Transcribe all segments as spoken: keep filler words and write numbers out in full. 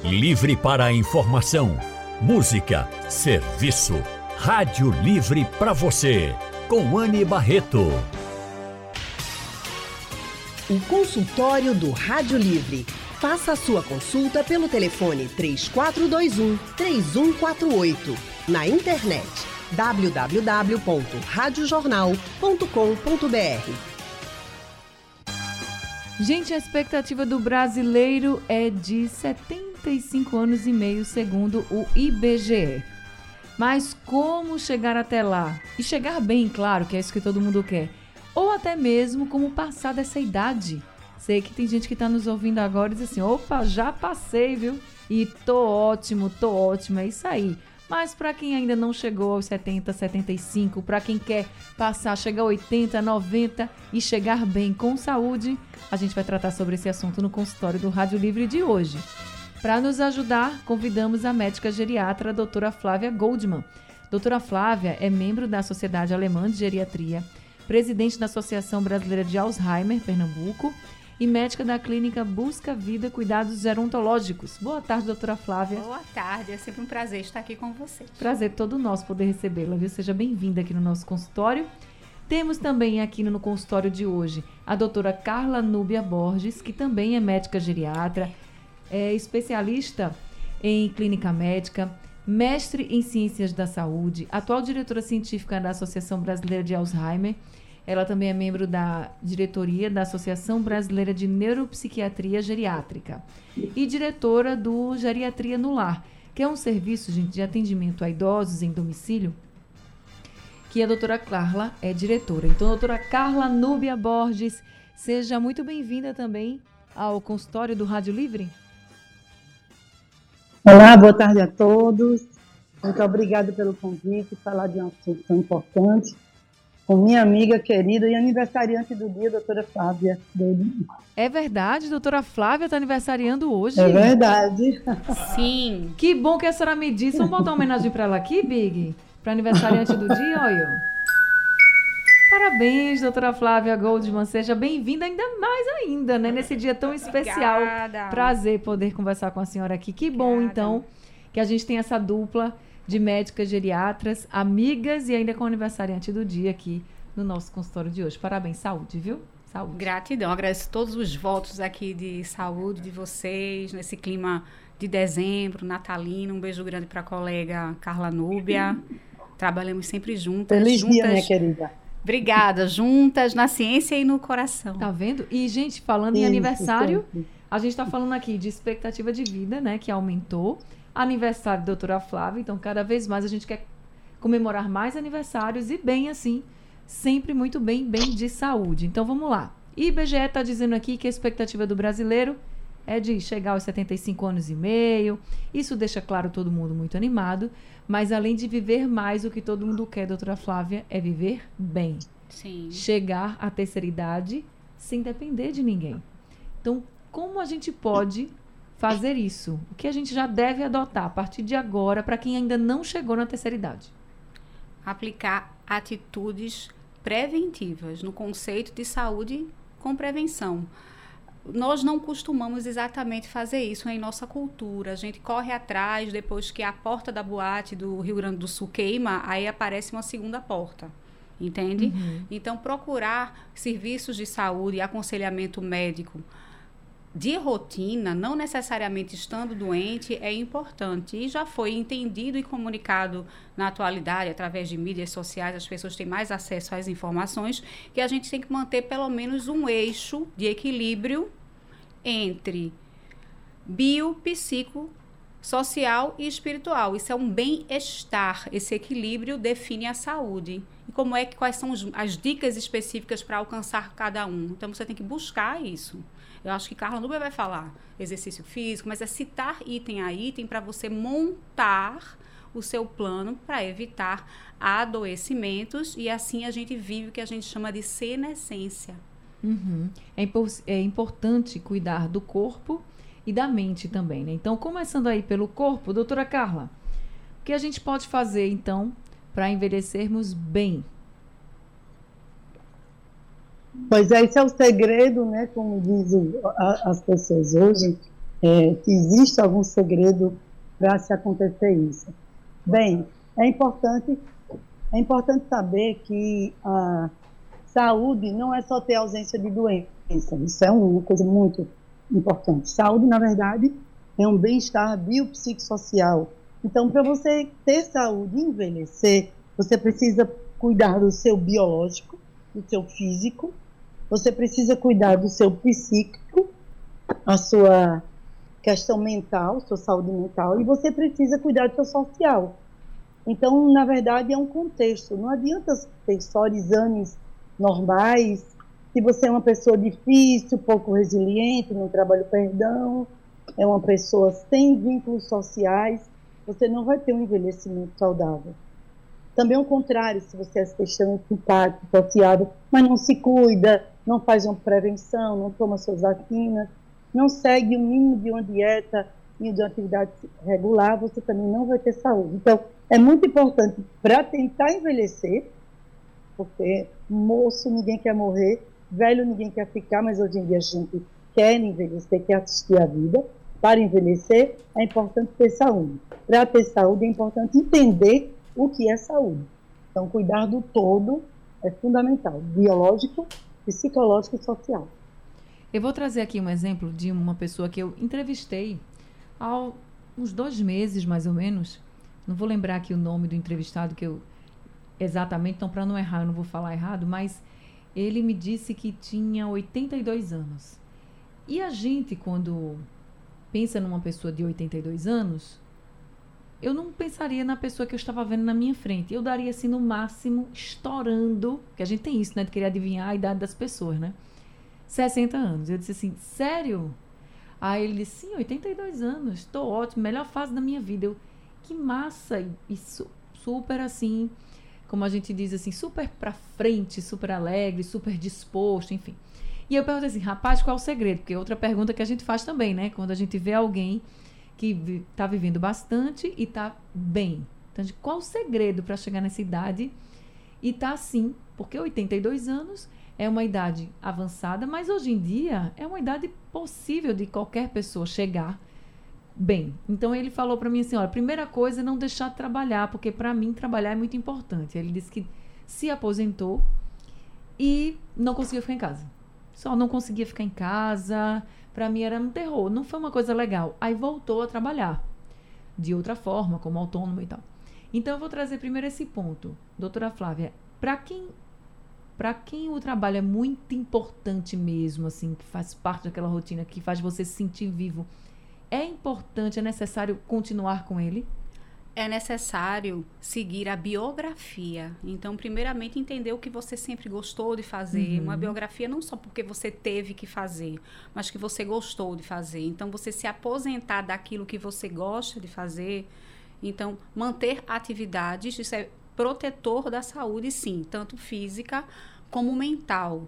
Livre para a informação, música, serviço. Rádio Livre para você, com Anne Barreto. O consultório do Rádio Livre. Faça a sua consulta pelo telefone três quatro dois um, três um quatro oito. Na internet w w w ponto rádio jornal ponto com ponto b r. Gente, a expectativa do brasileiro é de setenta e cinco anos e meio, segundo o I B G E. Mas como chegar até lá? E chegar bem, claro, que é isso que todo mundo quer. Ou até mesmo como passar dessa idade. Sei que tem gente que está nos ouvindo agora e diz assim, opa, já passei, viu? E tô ótimo, tô ótimo, é isso aí. Mas para quem ainda não chegou aos setenta, setenta e cinco, para quem quer passar, chegar a oitenta, noventa e chegar bem com saúde, a gente vai tratar sobre esse assunto no consultório do Rádio Livre de hoje. Para nos ajudar, convidamos a médica geriatra, a doutora Flávia Goldman. Doutora Flávia é membro da Sociedade Alemã de Geriatria, presidente da Associação Brasileira de Alzheimer, Pernambuco, e médica da clínica Busca Vida Cuidados Gerontológicos. Boa tarde, doutora Flávia. Boa tarde, é sempre um prazer estar aqui com você. Prazer todo nosso poder recebê-la, viu? Seja bem-vinda aqui no nosso consultório. Temos também aqui no consultório de hoje a doutora Carla Núbia Borges, que também é médica geriatra, é especialista em clínica médica, mestre em ciências da saúde, atual diretora científica da Associação Brasileira de Alzheimer. Ela também é membro da diretoria da Associação Brasileira de Neuropsiquiatria Geriátrica e diretora do Geriatria no Lar, que é um serviço, gente, de atendimento a idosos em domicílio, que a doutora Carla é diretora. Então, doutora Carla Núbia Borges, seja muito bem-vinda também ao consultório do Rádio Livre. Olá, boa tarde a todos. Muito obrigada pelo convite, falar de um assunto tão importante. Com minha amiga querida e aniversariante do dia, doutora Flávia. É verdade, doutora Flávia está aniversariando hoje? É verdade. Sim. Que bom que a senhora me disse. Vamos botar uma homenagem para ela aqui, Big? Para aniversariante do dia, olha. Parabéns, doutora Flávia Goldman. Seja bem-vinda ainda mais ainda, né? Nesse dia tão especial. Obrigada. Prazer poder conversar com a senhora aqui. Que bom, Obrigada. Então, que a gente tem essa dupla de médicas geriatras, amigas e ainda com o aniversariante do dia aqui no nosso consultório de hoje. Parabéns, saúde, viu? Saúde. Gratidão, agradeço todos os votos aqui de saúde de vocês, nesse clima de dezembro, natalino. Um beijo grande para a colega Carla Núbia. Trabalhamos sempre juntas. Feliz juntas, dia, minha querida. Obrigada, juntas na ciência e no coração. Tá vendo? E, gente, falando Isso, em aniversário, sempre. A gente está falando aqui de expectativa de vida, né, que aumentou. Aniversário da doutora Flávia, então cada vez mais a gente quer comemorar mais aniversários e bem assim, sempre muito bem, bem de saúde. Então vamos lá. I B G E está dizendo aqui que a expectativa do brasileiro é de chegar aos setenta e cinco anos e meio. Isso deixa, claro, todo mundo muito animado, mas além de viver mais, o que todo mundo quer, doutora Flávia, é viver bem. Sim. Chegar à terceira idade sem depender de ninguém. Então, como a gente pode fazer isso? O que a gente já deve adotar a partir de agora para quem ainda não chegou na terceira idade? Aplicar atitudes preventivas no conceito de saúde com prevenção. Nós não costumamos exatamente fazer isso em nossa cultura. A gente corre atrás, depois que a porta da boate do Rio Grande do Sul queima, aí aparece uma segunda porta. Entende? Uhum. Então, procurar serviços de saúde e aconselhamento médico de rotina, não necessariamente estando doente, é importante. E já foi entendido e comunicado na atualidade, através de mídias sociais, as pessoas têm mais acesso às informações, que a gente tem que manter pelo menos um eixo de equilíbrio entre bio, psico, social e espiritual. Isso é um bem-estar. Esse equilíbrio define a saúde. E como é que, quais são os, as dicas específicas para alcançar cada um? Então, você tem que buscar isso. Eu acho que Carla Núbia vai falar exercício físico, mas é citar item a item para você montar o seu plano para evitar adoecimentos e assim a gente vive o que a gente chama de senescência. Uhum. É, impo- é importante cuidar do corpo e da mente também, né? Então, começando aí pelo corpo, doutora Carla, o que a gente pode fazer, então, para envelhecermos bem? Pois é, esse é o segredo, né? Como dizem a, as pessoas hoje, é, se existe algum segredo para se acontecer isso. Bem, é importante, é importante saber que a saúde não é só ter ausência de doença, isso é uma coisa muito importante. Saúde, na verdade, é um bem-estar biopsicossocial. Então, para você ter saúde e envelhecer, você precisa cuidar do seu biológico, do seu físico, você precisa cuidar do seu psíquico, a sua questão mental, sua saúde mental, e você precisa cuidar do seu social. Então, na verdade, é um contexto. Não adianta ter só exames normais, se você é uma pessoa difícil, pouco resiliente, não trabalha o perdão, é uma pessoa sem vínculos sociais, você não vai ter um envelhecimento saudável. Também o contrário, se você é extremamente simpático, associado, mas não se cuida, não faz uma prevenção, não toma suas vacinas, não segue o mínimo de uma dieta e de uma atividade regular, você também não vai ter saúde. Então, é muito importante para tentar envelhecer, porque moço ninguém quer morrer, velho ninguém quer ficar, mas hoje em dia a gente quer envelhecer, quer assistir a vida. Para envelhecer, é importante ter saúde. Para ter saúde, é importante entender o que é saúde. Então, cuidar do todo é fundamental, biológico, psicológico e social. Eu vou trazer aqui um exemplo de uma pessoa que eu entrevistei há uns dois meses, mais ou menos. Não vou lembrar aqui o nome do entrevistado que eu exatamente, então para não errar, eu não vou falar errado, mas ele me disse que tinha oitenta e dois anos. E a gente, quando pensa numa pessoa de oitenta e dois anos, eu não pensaria na pessoa que eu estava vendo na minha frente. Eu daria, assim, no máximo, estourando, porque a gente tem isso, né, de querer adivinhar a idade das pessoas, né? sessenta anos. Eu disse assim, sério? Aí ele disse, sim, oitenta e dois anos, estou ótimo, melhor fase da minha vida. Eu, que massa, e su- super assim, como a gente diz assim, super pra frente, super alegre, super disposto, enfim. E eu perguntei assim, rapaz, qual é o segredo? Porque é outra pergunta que a gente faz também, né? Quando a gente vê alguém que está vivendo bastante e está bem. Então, de qual o segredo para chegar nessa idade e estar tá assim? Porque oitenta e dois anos é uma idade avançada, mas hoje em dia é uma idade possível de qualquer pessoa chegar bem. Então, ele falou para mim assim, olha, a primeira coisa é não deixar de trabalhar, porque para mim trabalhar é muito importante. Ele disse que se aposentou e não conseguiu ficar em casa. Só não conseguia ficar em casa, para mim era um terror, não foi uma coisa legal. Aí voltou a trabalhar de outra forma, como autônomo e tal. Então eu vou trazer primeiro esse ponto, doutora Flávia, para quem, para quem o trabalho é muito importante mesmo, assim, que faz parte daquela rotina, que faz você se sentir vivo, é importante, é necessário continuar com ele? É necessário seguir a biografia. Então, primeiramente, entender o que você sempre gostou de fazer. Uhum. Uma biografia não só porque você teve que fazer, mas que você gostou de fazer. Então, você se aposentar daquilo que você gosta de fazer. Então, manter atividades, isso é protetor da saúde, sim, tanto física como mental.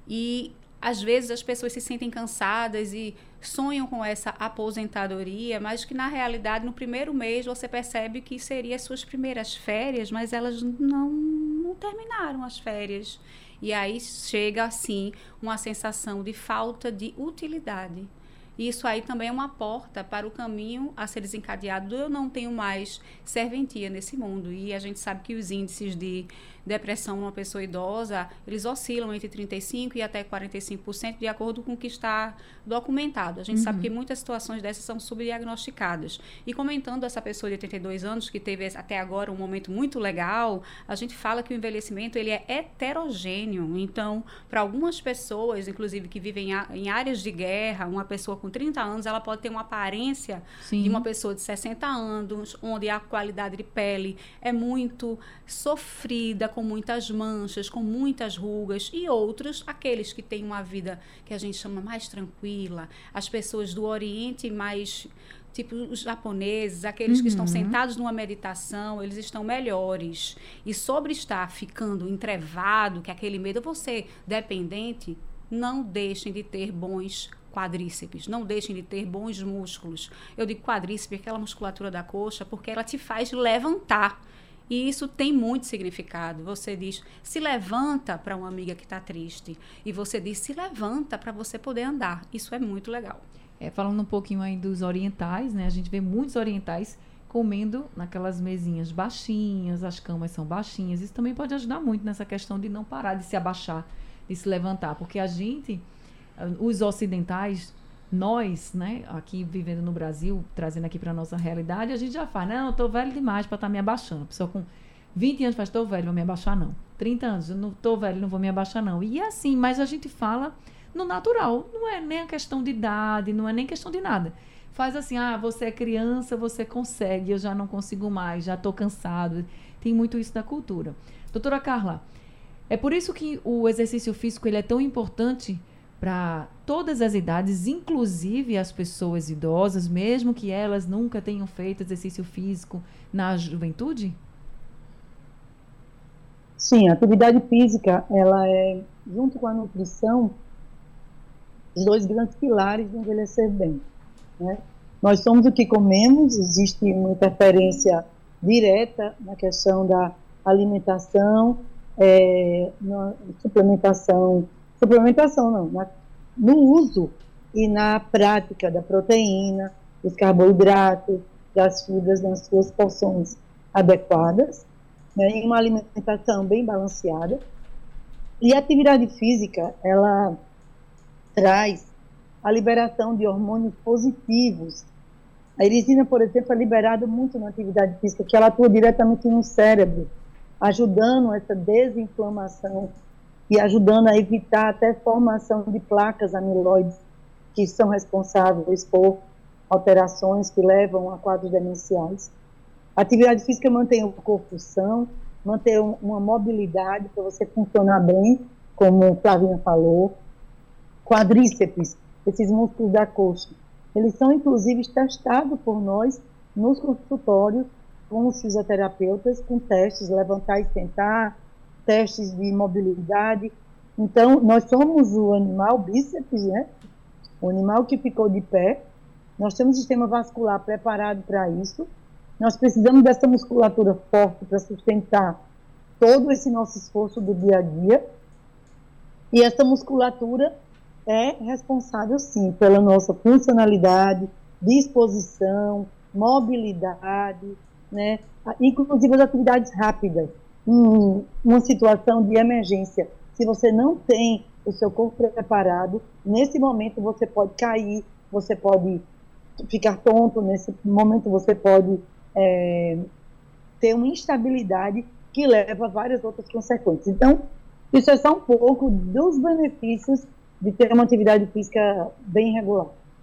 E às vezes as pessoas se sentem cansadas e sonham com essa aposentadoria, mas que na realidade no primeiro mês você percebe que seriam as suas primeiras férias, mas elas não, não terminaram as férias. E aí chega assim uma sensação de falta de utilidade. Isso aí também é uma porta para o caminho a ser desencadeado. Eu não tenho mais serventia nesse mundo. E a gente sabe que os índices de depressão numa pessoa idosa, eles oscilam entre trinta e cinco por cento e até quarenta e cinco por cento, de acordo com o que está documentado. A gente uhum. sabe que muitas situações dessas são subdiagnosticadas. E comentando essa pessoa de oitenta e dois anos, que teve até agora um momento muito legal, a gente fala que o envelhecimento ele é heterogêneo. Então, para algumas pessoas, inclusive que vivem em áreas de guerra, uma pessoa com trinta anos, ela pode ter uma aparência Sim. de uma pessoa de sessenta anos, onde a qualidade de pele é muito sofrida, com muitas manchas, com muitas rugas, e outros, aqueles que têm uma vida que a gente chama mais tranquila, as pessoas do Oriente mais, tipo os japoneses, aqueles uhum. que estão sentados numa meditação, eles estão melhores. E sobre estar ficando entrevado, que é aquele medo, você dependente, não deixem de ter bons quadríceps, não deixem de ter bons músculos. Eu digo quadríceps, aquela musculatura da coxa, porque ela te faz levantar. E isso tem muito significado. Você diz, se levanta para uma amiga que está triste. E você diz, se levanta para você poder andar. Isso é muito legal. É, falando um pouquinho aí dos orientais, né? A gente vê muitos orientais comendo naquelas mesinhas baixinhas, as camas são baixinhas. Isso também pode ajudar muito nessa questão de não parar de se abaixar, de se levantar. Porque a gente, os ocidentais, nós, né, aqui vivendo no Brasil, trazendo aqui para a nossa realidade, a gente já faz, não, eu tô velho demais para estar tá me abaixando. A pessoa com vinte anos faz, tô velho, vou me abaixar não. trinta anos, eu não tô velho, não vou me abaixar não. E é assim, mas a gente fala no natural, não é nem a questão de idade, não é nem questão de nada. Faz assim, ah, você é criança, você consegue, eu já não consigo mais, já tô cansado. Tem muito isso da cultura. Doutora Carla, é por isso que o exercício físico ele é tão importante para todas as idades, inclusive as pessoas idosas, mesmo que elas nunca tenham feito exercício físico na juventude? Sim, a atividade física, ela é, junto com a nutrição, os dois grandes pilares de envelhecer bem, né? Nós somos o que comemos, existe uma interferência direta na questão da alimentação, é, na suplementação, suplementação não, na, no uso e na prática da proteína, dos carboidratos, das fibras nas suas porções adequadas, né, em uma alimentação bem balanceada. E a atividade física, ela traz a liberação de hormônios positivos. A erisina, por exemplo, é liberada muito na atividade física, que ela atua diretamente no cérebro, ajudando essa desinflamação e ajudando a evitar até formação de placas amiloides, que são responsáveis por alterações que levam a quadros demenciais. A atividade física mantém o corpo são, mantém uma mobilidade para você funcionar bem, como Flavinha falou. Quadríceps, esses músculos da coxa, eles são inclusive testados por nós nos consultórios com os fisioterapeutas, com testes, levantar e sentar, testes de mobilidade. Então, nós somos o animal bíceps, né? O animal que ficou de pé. Nós temos um sistema vascular preparado para isso. Nós precisamos dessa musculatura forte para sustentar todo esse nosso esforço do dia a dia. E essa musculatura é responsável, sim, pela nossa funcionalidade, disposição, mobilidade, né? Inclusive as atividades rápidas. Em uma situação de emergência, se você não tem o seu corpo preparado, nesse momento você pode cair, você pode ficar tonto, nesse momento você pode é, ter uma instabilidade que leva a várias outras consequências. Então, isso é só um pouco dos benefícios de ter uma atividade física bem regular.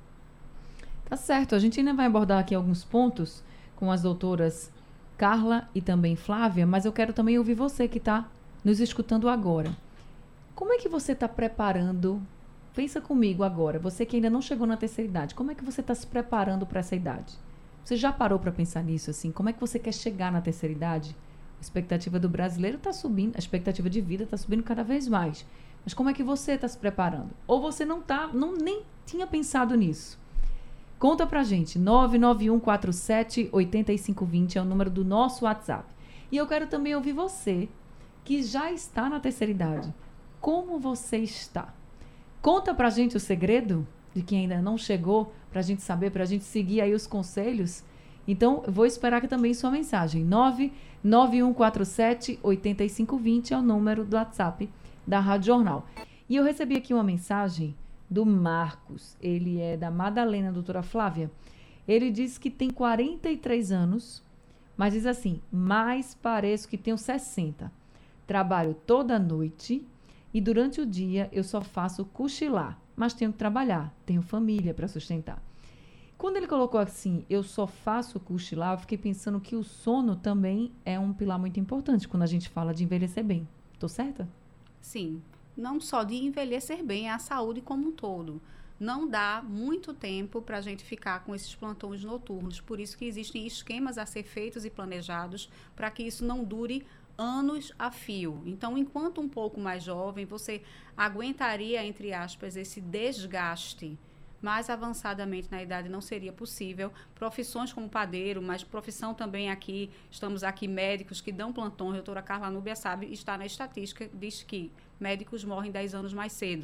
Tá certo, a gente ainda vai abordar aqui alguns pontos com as doutoras Carla e também Flávia, mas eu quero também ouvir você que está nos escutando agora. Como é que você está preparando? Pensa comigo agora, você que ainda não chegou na terceira idade, como é que você está se preparando para essa idade? Você já parou para pensar nisso, assim? Como é que você quer chegar na terceira idade? A expectativa do brasileiro está subindo, a expectativa de vida está subindo cada vez mais. Mas como é que você está se preparando? Ou você não tá, não, nem tinha pensado nisso? Conta pra gente, nove nove um quatro sete oito cinco dois zero é o número do nosso WhatsApp. E eu quero também ouvir você, que já está na terceira idade. Como você está? Conta pra gente o segredo de quem ainda não chegou, pra gente saber, pra gente seguir aí os conselhos. Então, eu vou esperar aqui também sua mensagem. nove nove um quatro sete oito cinco dois zero é o número do WhatsApp da Rádio Jornal. E eu recebi aqui uma mensagem do Marcos. Ele é da Madalena, doutora Flávia. Ele diz que tem quarenta e três anos, mas diz assim, mas pareço que tenho sessenta. Trabalho toda noite e durante o dia eu só faço cochilar, mas tenho que trabalhar, tenho família para sustentar. Quando ele colocou assim, eu só faço cochilar, eu fiquei pensando que o sono também é um pilar muito importante quando a gente fala de envelhecer bem. Tô certa? Sim, não só de envelhecer bem, é a saúde como um todo. Não dá muito tempo para a gente ficar com esses plantões noturnos, por isso que existem esquemas a ser feitos e planejados para que isso não dure anos a fio. Então, enquanto um pouco mais jovem, você aguentaria, entre aspas, esse desgaste. Mais avançadamente na idade não seria possível. Profissões como padeiro, mas profissão também aqui, estamos aqui médicos que dão plantões, a doutora Carla Núbia sabe, está na estatística, diz que médicos morrem dez anos mais cedo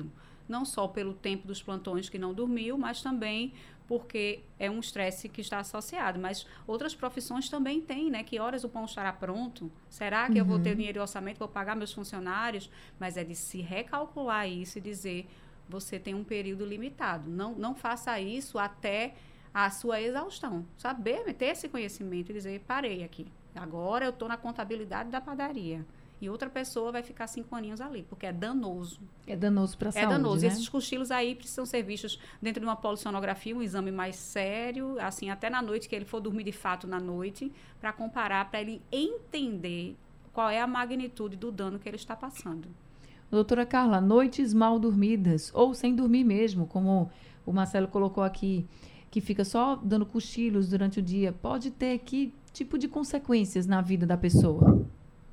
não só pelo tempo dos plantões que não dormiu, mas também porque é um estresse que está associado. Mas outras profissões também têm, né? Que horas o pão estará pronto? Será que uhum. eu vou ter dinheiro e orçamento, vou pagar meus funcionários? Mas é de se recalcular isso e dizer, você tem um período limitado. Não, não faça isso até a sua exaustão. Saber, ter esse conhecimento e dizer, parei aqui. Agora eu estou na contabilidade da padaria. E outra pessoa vai ficar cinco aninhos ali, porque é danoso. É danoso para a saúde, É danoso. Né? E esses cochilos aí precisam ser vistos dentro de uma polissonografia, um exame mais sério, assim, até na noite, que ele for dormir de fato na noite, para comparar, para ele entender qual é a magnitude do dano que ele está passando. Doutora Carla, noites mal dormidas, ou sem dormir mesmo, como o Marcelo colocou aqui, que fica só dando cochilos durante o dia, pode ter que tipo de consequências na vida da pessoa?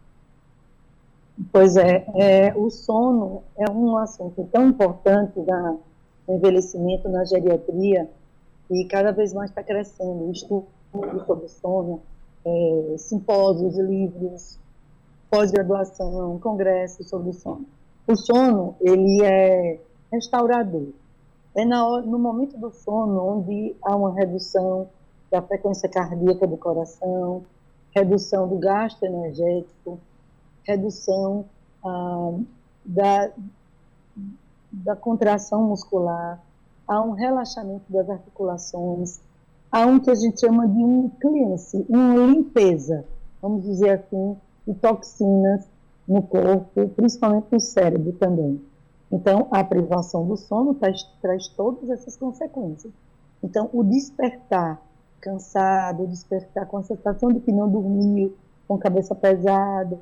Pois é, é, o sono é um assunto tão importante na, no envelhecimento, na geriatria, e cada vez mais está crescendo o estudo sobre o sono, é, simpósios, livros, pós-graduação, congressos sobre o sono. O sono, ele é restaurador. É na hora, no momento do sono onde há uma redução da frequência cardíaca do coração, redução do gasto energético, redução ah, da, da contração muscular, há um relaxamento das articulações, há um que a gente chama de um cleanse, uma limpeza, vamos dizer assim, de toxinas no corpo, principalmente no cérebro também. Então, a privação do sono traz, traz todas essas consequências. Então, o despertar cansado, o despertar com a sensação de que não dormiu, com a cabeça pesada.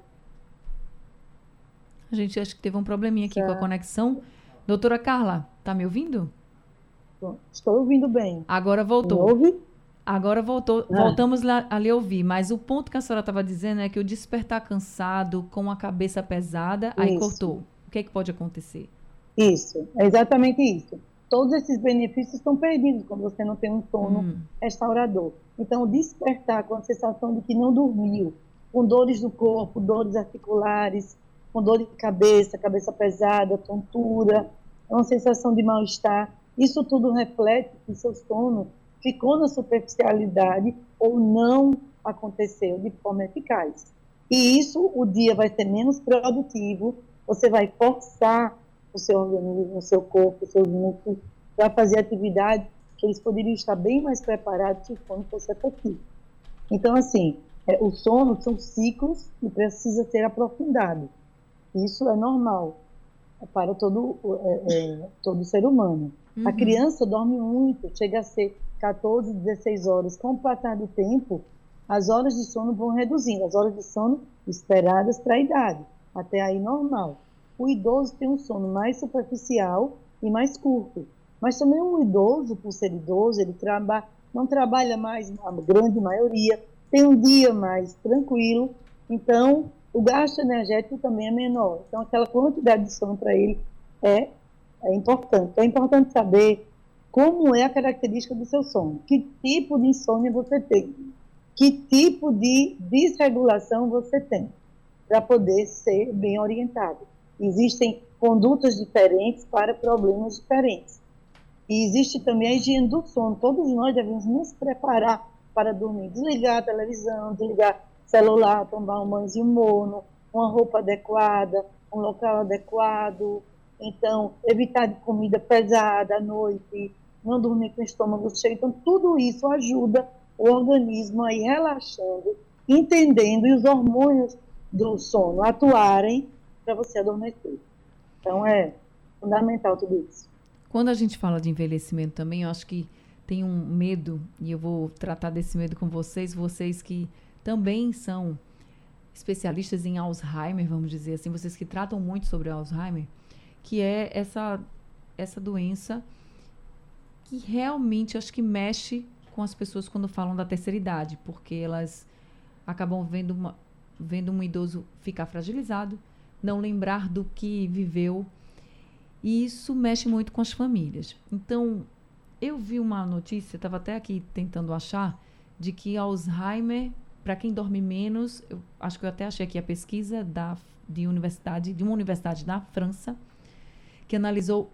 A gente acha que teve um probleminha aqui com a conexão. Doutora Carla, tá me ouvindo? Estou ouvindo bem. Agora voltou. Me ouve? Agora voltou. Ah. Voltamos lá, a lhe ouvir. Mas o ponto que a senhora estava dizendo é que o despertar cansado, com a cabeça pesada, aí isso. Cortou. O que é que pode acontecer? Isso, é exatamente isso. Todos esses benefícios estão perdidos quando você não tem um sono hum. restaurador. Então, despertar com a sensação de que não dormiu, com dores do corpo, dores articulares, com dor de cabeça, cabeça pesada, tontura, uma sensação de mal-estar. Isso tudo reflete que seu sono ficou na superficialidade ou não aconteceu de forma eficaz. E isso, o dia vai ser menos produtivo, você vai forçar o seu organismo, o seu corpo, os seus músculos, para fazer atividade que eles poderiam estar bem mais preparados se o sono fosse efetivo. Então, assim, é, o sono são ciclos e precisa ser aprofundado. Isso é normal para todo, é, é, todo ser humano. Uhum. A criança dorme muito, chega a ser catorze, dezesseis horas. Com o passar do tempo, as horas de sono vão reduzindo, as horas de sono esperadas para a idade, até aí normal. O idoso tem um sono mais superficial e mais curto, mas também um idoso, por ser idoso, ele traba, não trabalha mais, a grande maioria, tem um dia mais tranquilo, então o gasto energético também é menor. Então, aquela quantidade de sono para ele é, é importante. É importante saber como é a característica do seu sono, que tipo de insônia você tem, que tipo de desregulação você tem, para poder ser bem orientado. Existem condutas diferentes para problemas diferentes. E existe também a higiene do sono. Todos nós devemos nos preparar para dormir. Desligar a televisão, desligar o celular, tomar um banho mono, uma roupa adequada, um local adequado. Então, evitar de comida pesada à noite, não dormir com o estômago cheio. Então, tudo isso ajuda o organismo a ir relaxando, entendendo e os hormônios do sono atuarem para você adormecer. Então, é fundamental tudo isso. Quando a gente fala de envelhecimento também, eu acho que tem um medo, e eu vou tratar desse medo com vocês, vocês que também são especialistas em Alzheimer, vamos dizer assim, vocês que tratam muito sobre Alzheimer, que é essa, essa doença que realmente, acho que mexe com as pessoas quando falam da terceira idade, porque elas acabam vendo, uma, vendo um idoso ficar fragilizado, não lembrar do que viveu, e isso mexe muito com as famílias. Então, eu vi uma notícia, estava até aqui tentando achar, de que Alzheimer, para quem dorme menos, eu acho que eu até achei aqui a pesquisa da, de, universidade, de uma universidade na França, que analisou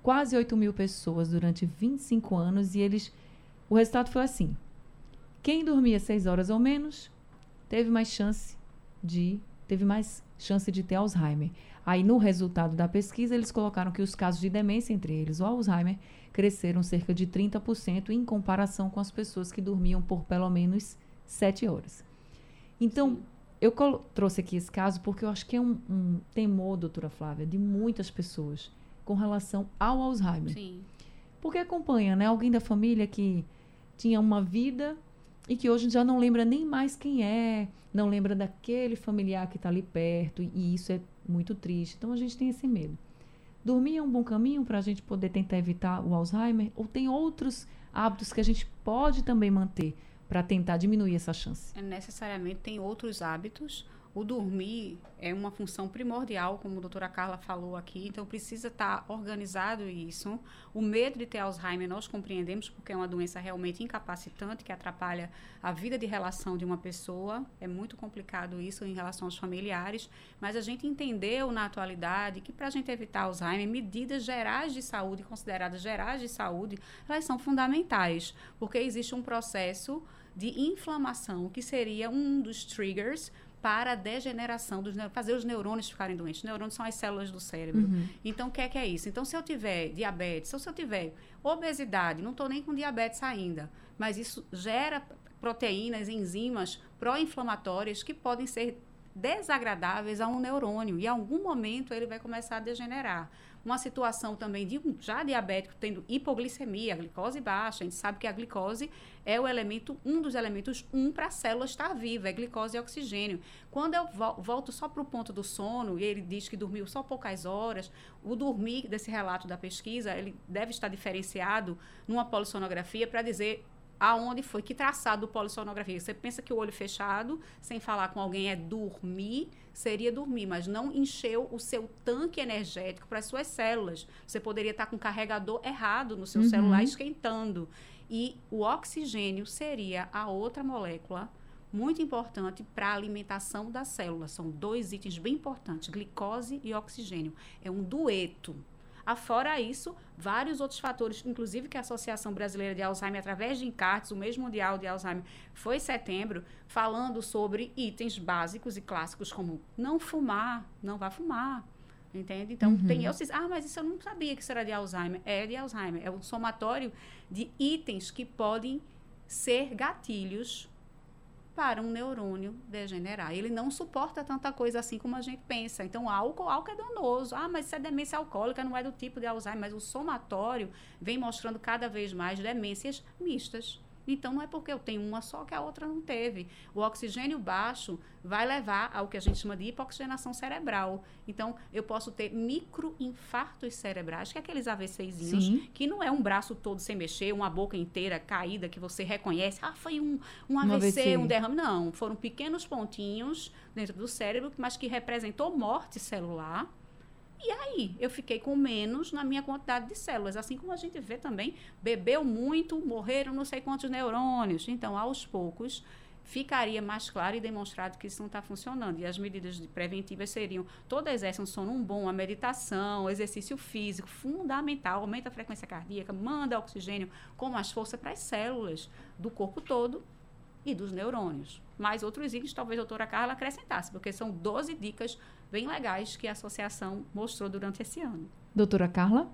quase oito mil pessoas durante vinte e cinco anos e eles, o resultado foi assim. Quem dormia seis horas ou menos teve mais chance de, teve mais chance de ter Alzheimer. Aí, no resultado da pesquisa, eles colocaram que os casos de demência, entre eles o Alzheimer, cresceram cerca de trinta por cento em comparação com as pessoas que dormiam por pelo menos sete horas. Então, Sim. eu trouxe aqui esse caso porque eu acho que é um, um temor, doutora Flávia, de muitas pessoas com relação ao Alzheimer. Sim. Porque acompanha, né, alguém da família que tinha uma vida e que hoje já não lembra nem mais quem é, não lembra daquele familiar que está ali perto, e isso é muito triste. Então, a gente tem esse medo. Dormir é um bom caminho para a gente poder tentar evitar o Alzheimer? Ou tem outros hábitos que a gente pode também manter para tentar diminuir essa chance? É, necessariamente tem outros hábitos. O dormir é uma função primordial, como a doutora Carla falou aqui, então precisa estar organizado isso. O medo de ter Alzheimer nós compreendemos, porque é uma doença realmente incapacitante, que atrapalha a vida de relação de uma pessoa. É muito complicado isso em relação aos familiares, mas a gente entendeu na atualidade que para a gente evitar Alzheimer, medidas gerais de saúde, consideradas gerais de saúde, elas são fundamentais, porque existe um processo de inflamação, que seria um dos triggers para a degeneração dos neurônios, fazer os neurônios ficarem doentes. Os neurônios são as células do cérebro. Uhum. Então, o que é que é isso? Então, se eu tiver diabetes, ou se eu tiver obesidade, não estou nem com diabetes ainda, mas isso gera proteínas, enzimas pró-inflamatórias que podem ser desagradáveis a um neurônio, e em algum momento ele vai começar a degenerar. Uma situação também de um já diabético tendo hipoglicemia, glicose baixa, a gente sabe que a glicose é o elemento, um dos elementos um para a célula estar viva, é glicose e oxigênio. Quando eu volto só para o ponto do sono, e ele diz que dormiu só poucas horas, o dormir desse relato da pesquisa, ele deve estar diferenciado numa polissonografia para dizer aonde foi, que traçado do polissonografia. Você pensa que o olho fechado, sem falar com alguém, é dormir, seria dormir, mas não encheu o seu tanque energético para as suas células. Você poderia estar com o carregador errado no seu uhum. celular esquentando. E o oxigênio seria a outra molécula muito importante para a alimentação da célula. São dois itens bem importantes, glicose e oxigênio. É um dueto. Afora isso, vários outros fatores, inclusive que a Associação Brasileira de Alzheimer, através de encartes, o mês mundial de Alzheimer foi em setembro, falando sobre itens básicos e clássicos como não fumar, não vá fumar, entende? Então, uhum. tem eu ah, mas isso eu não sabia que isso era de Alzheimer. É de Alzheimer, é um somatório de itens que podem ser gatilhos para um neurônio degenerar. Ele não suporta tanta coisa assim como a gente pensa. Então, álcool, álcool é danoso. Ah, mas isso é demência alcoólica, não é do tipo de Alzheimer. Mas o somatório vem mostrando cada vez mais demências mistas. Então, não é porque eu tenho uma só que a outra não teve. O oxigênio baixo vai levar ao que a gente chama de hipoxigenação cerebral. Então, eu posso ter microinfartos cerebrais, que é aqueles AVCzinhos, Sim. que não é um braço todo sem mexer, uma boca inteira caída que você reconhece. Ah, foi um, um A V C, um, A V C. um derrame. Não, foram pequenos pontinhos dentro do cérebro, mas que representou morte celular. E aí, eu fiquei com menos na minha quantidade de células. Assim como a gente vê também, bebeu muito, morreram não sei quantos neurônios. Então, aos poucos, ficaria mais claro e demonstrado que isso não está funcionando. E as medidas preventivas seriam, todas essas, um sono bom, a meditação, exercício físico, fundamental, aumenta a frequência cardíaca, manda oxigênio com mais força para as células do corpo todo e dos neurônios. Mais outros itens, talvez a doutora Carla acrescentasse, porque são doze dicas bem legais que a associação mostrou durante esse ano. Doutora Carla?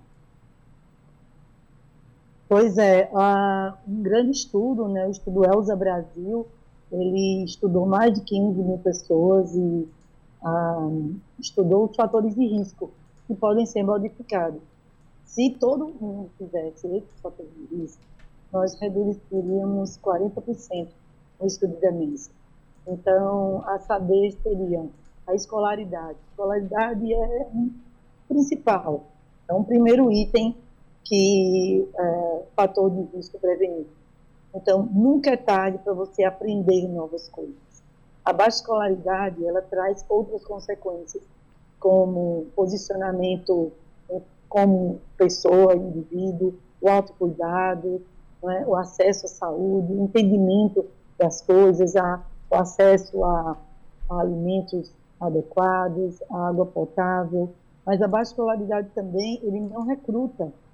Pois é, uh, um grande estudo, né, o estudo ELSA Brasil, ele estudou mais de quinze mil pessoas e uh, estudou os fatores de risco que podem ser modificados. Se todo mundo fizesse esses fatores de risco, nós reduziríamos quarenta por cento o risco de demência. Então, a saber seriam a escolaridade. A escolaridade é um principal, é um primeiro item que é fator de risco prevenido. Então, nunca é tarde para você aprender novas coisas. A baixa escolaridade, ela traz outras consequências, como posicionamento como pessoa, indivíduo, o autocuidado, né, o acesso à saúde, o entendimento das coisas, a, o acesso a, a alimentos adequados, a água potável. Mas a baixa escolaridade também, ele não recruta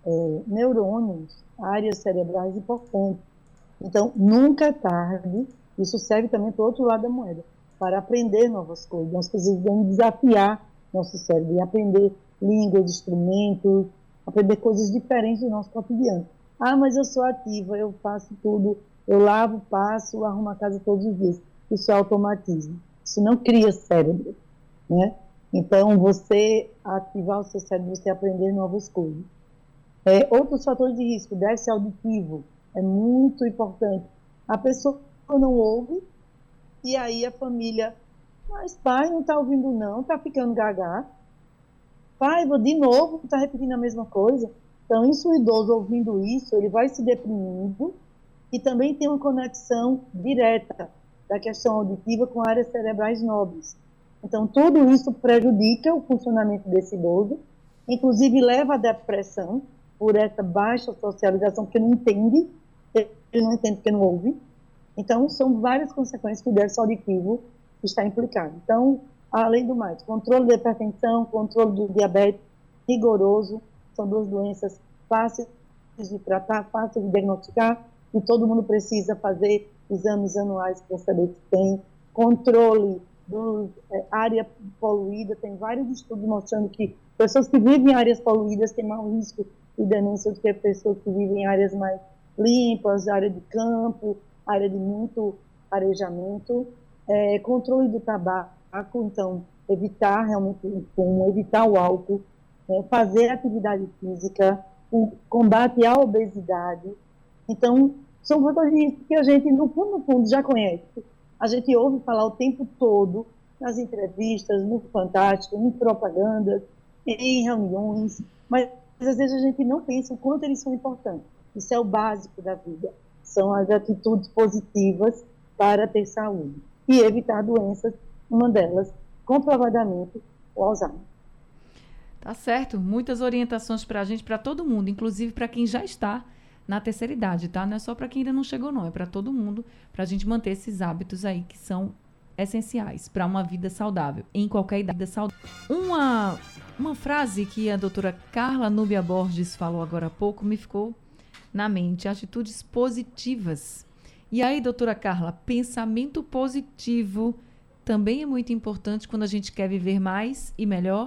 é, neurônios, áreas cerebrais importantes. Então, nunca é tarde. Isso serve também para o outro lado da moeda, para aprender novas coisas. Nós precisamos desafiar nosso cérebro e aprender línguas, instrumentos, aprender coisas diferentes do nosso cotidiano. Ah, mas eu sou ativa, eu faço tudo, eu lavo, passo, arrumo a casa todos os dias. Isso é automatismo. Isso não cria cérebro, né? Então, você ativar o seu cérebro, você aprender novas coisas. É, outros fatores de risco, déficit auditivo, é muito importante. A pessoa não ouve, e aí a família, mas pai, não está ouvindo não, está ficando gaga. Pai, vou de novo, está repetindo a mesma coisa. Então, isso, o idoso ouvindo isso, ele vai se deprimindo, e também tem uma conexão direta da questão auditiva com áreas cerebrais nobres. Então, tudo isso prejudica o funcionamento desse idoso, inclusive leva à depressão, por essa baixa socialização, porque não entende, ele não entende porque não ouve. Então, são várias consequências que o déficit auditivo está implicado. Então, além do mais, controle da hipertensão, controle do diabetes rigoroso, são duas doenças fáceis de tratar, fáceis de diagnosticar, e todo mundo precisa fazer exames anuais para saber se tem. Controle da é, área poluída, tem vários estudos mostrando que pessoas que vivem em áreas poluídas têm maior risco de demência do que pessoas que vivem em áreas mais limpas, área de campo, área de muito arejamento. É, controle do tabaco, então, evitar realmente o fumo, evitar o álcool, é, fazer atividade física, o combate à obesidade. Então, são fatores que a gente, no fundo, no fundo, já conhece. A gente ouve falar o tempo todo, nas entrevistas, no Fantástico, em propagandas, em reuniões, mas às vezes a gente não pensa o quanto eles são importantes. Isso é o básico da vida. São as atitudes positivas para ter saúde e evitar doenças, uma delas, comprovadamente, o Alzheimer. Tá certo. Muitas orientações para a gente, para todo mundo, inclusive para quem já está na terceira idade, tá? Não é só para quem ainda não chegou, não. É para todo mundo, para a gente manter esses hábitos aí que são essenciais para uma vida saudável, em qualquer idade saudável. Uma, uma frase que a doutora Carla Núbia Borges falou agora há pouco me ficou na mente, atitudes positivas. E aí, doutora Carla, pensamento positivo também é muito importante quando a gente quer viver mais e melhor?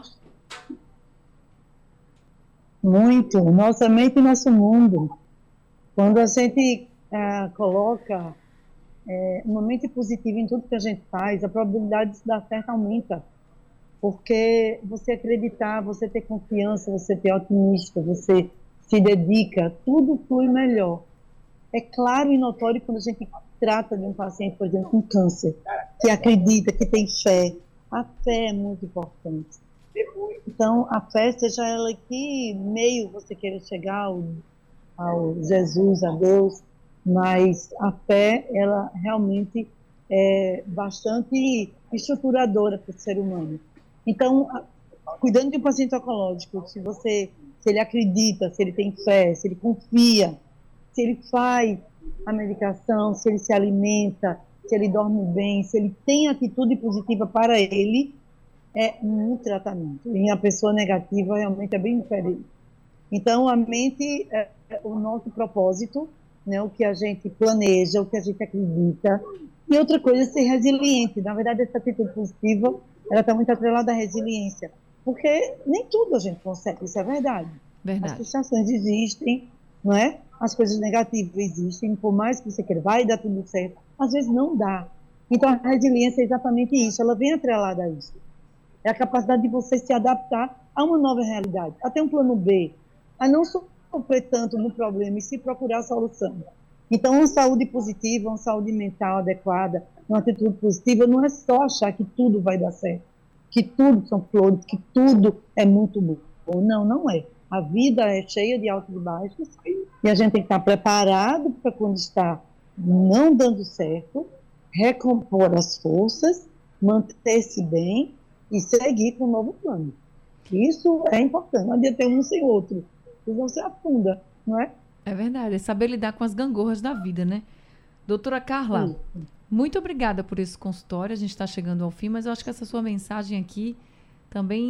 Muito. Nossa mente e nosso mundo. Quando a gente ah, coloca é, uma mente positiva em tudo que a gente faz, a probabilidade de dar certo aumenta. Porque você acreditar, você ter confiança, você ter otimista, você se dedica, tudo flui melhor. É claro e notório quando a gente trata de um paciente, por exemplo, com câncer, que acredita, que tem fé. A fé é muito importante. Então, a fé, seja ela que meio você queira chegar ao, ao Jesus, a Deus, mas a fé, ela realmente é bastante estruturadora para o ser humano. Então, a, cuidando de um paciente oncológico, se você, se ele acredita, se ele tem fé, se ele confia, se ele faz a medicação, se ele se alimenta, se ele dorme bem, se ele tem atitude positiva para ele, é um tratamento. E a pessoa negativa realmente é bem diferente. Então, a mente é o nosso propósito, né, o que a gente planeja, o que a gente acredita. E outra coisa é ser resiliente. Na verdade, essa atitude positiva, ela está muito atrelada à resiliência. Porque nem tudo a gente consegue, isso é verdade. Verdade. As frustrações existem, não é? As coisas negativas existem, por mais que você queira, vai dar tudo certo. Às vezes não dá. Então, a resiliência é exatamente isso, ela vem atrelada a isso. É a capacidade de você se adaptar a uma nova realidade, até um plano B, a não sofrer tanto no problema e se procurar a solução. Então, uma saúde positiva, uma saúde mental adequada, uma atitude positiva, não é só achar que tudo vai dar certo, que tudo são flores, que tudo é muito bom. Não, não é. A vida é cheia de altos e baixos e a gente tem que estar preparado para quando está não dando certo, recompor as forças, manter-se bem e seguir com um novo plano. Isso é importante, não adianta ter um sem outro, senão você afunda, não é? É verdade, é saber lidar com as gangorras da vida, né? Doutora Carla, Sim. muito obrigada por esse consultório, a gente está chegando ao fim, mas eu acho que essa sua mensagem aqui também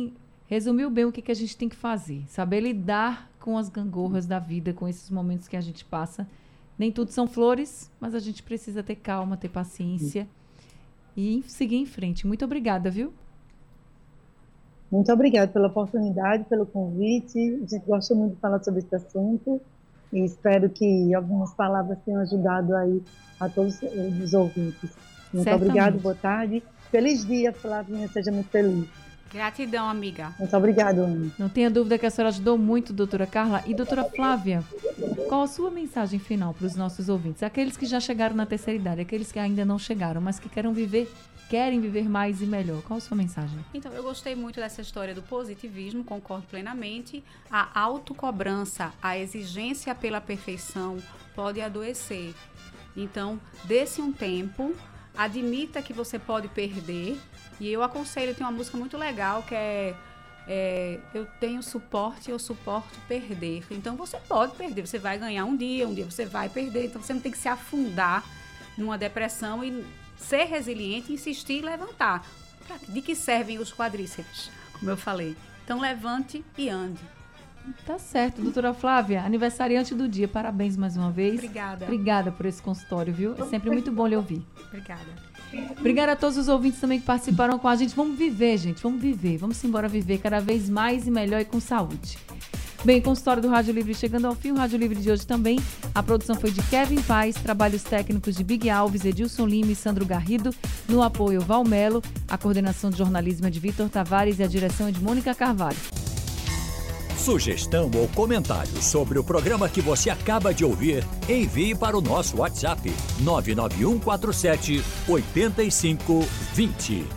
resumiu bem o que, que a gente tem que fazer. Saber lidar com as gangorras da vida, com esses momentos que a gente passa. Nem tudo são flores, mas a gente precisa ter calma, ter paciência e seguir em frente. Muito obrigada, viu? Muito obrigada pela oportunidade, pelo convite. A gente gosta muito de falar sobre esse assunto e espero que algumas palavras tenham ajudado aí a todos os ouvintes. Muito Certamente. obrigada, boa tarde. Feliz dia, Flavinha, seja muito feliz. Gratidão, amiga. Muito obrigada, Ana. Não tenha dúvida que a senhora ajudou muito, doutora Carla. E doutora Flávia, qual a sua mensagem final para os nossos ouvintes? Aqueles que já chegaram na terceira idade, aqueles que ainda não chegaram, mas que querem viver, querem viver mais e melhor. Qual a sua mensagem? Então, eu gostei muito dessa história do positivismo, concordo plenamente. A autocobrança, a exigência pela perfeição pode adoecer. Então, dê-se um tempo, admita que você pode perder. E eu aconselho, tem uma música muito legal que é, é eu tenho suporte, eu suporto perder. Então você pode perder, você vai ganhar um dia, um dia você vai perder. Então você não tem que se afundar numa depressão e ser resiliente, insistir e levantar. De que servem os quadríceps, como eu falei? Então levante e ande. Tá certo, doutora Flávia, aniversariante do dia, parabéns mais uma vez. Obrigada. Obrigada por esse consultório, viu? É sempre muito bom lhe ouvir. Obrigada. Obrigada a todos os ouvintes também que participaram com a gente. Vamos viver, gente, vamos viver. Vamos embora viver cada vez mais e melhor e com saúde. Bem, consultório do Rádio Livre chegando ao fim, o Rádio Livre de hoje também. A produção foi de Kevin Paz, trabalhos técnicos de Big Alves, Edilson Lima e Sandro Garrido, no apoio Valmelo, a coordenação de jornalismo é de Vitor Tavares e a direção é de Mônica Carvalho. Sugestão ou comentário sobre o programa que você acaba de ouvir, envie para o nosso WhatsApp nove nove um quatro sete oito cinco dois zero.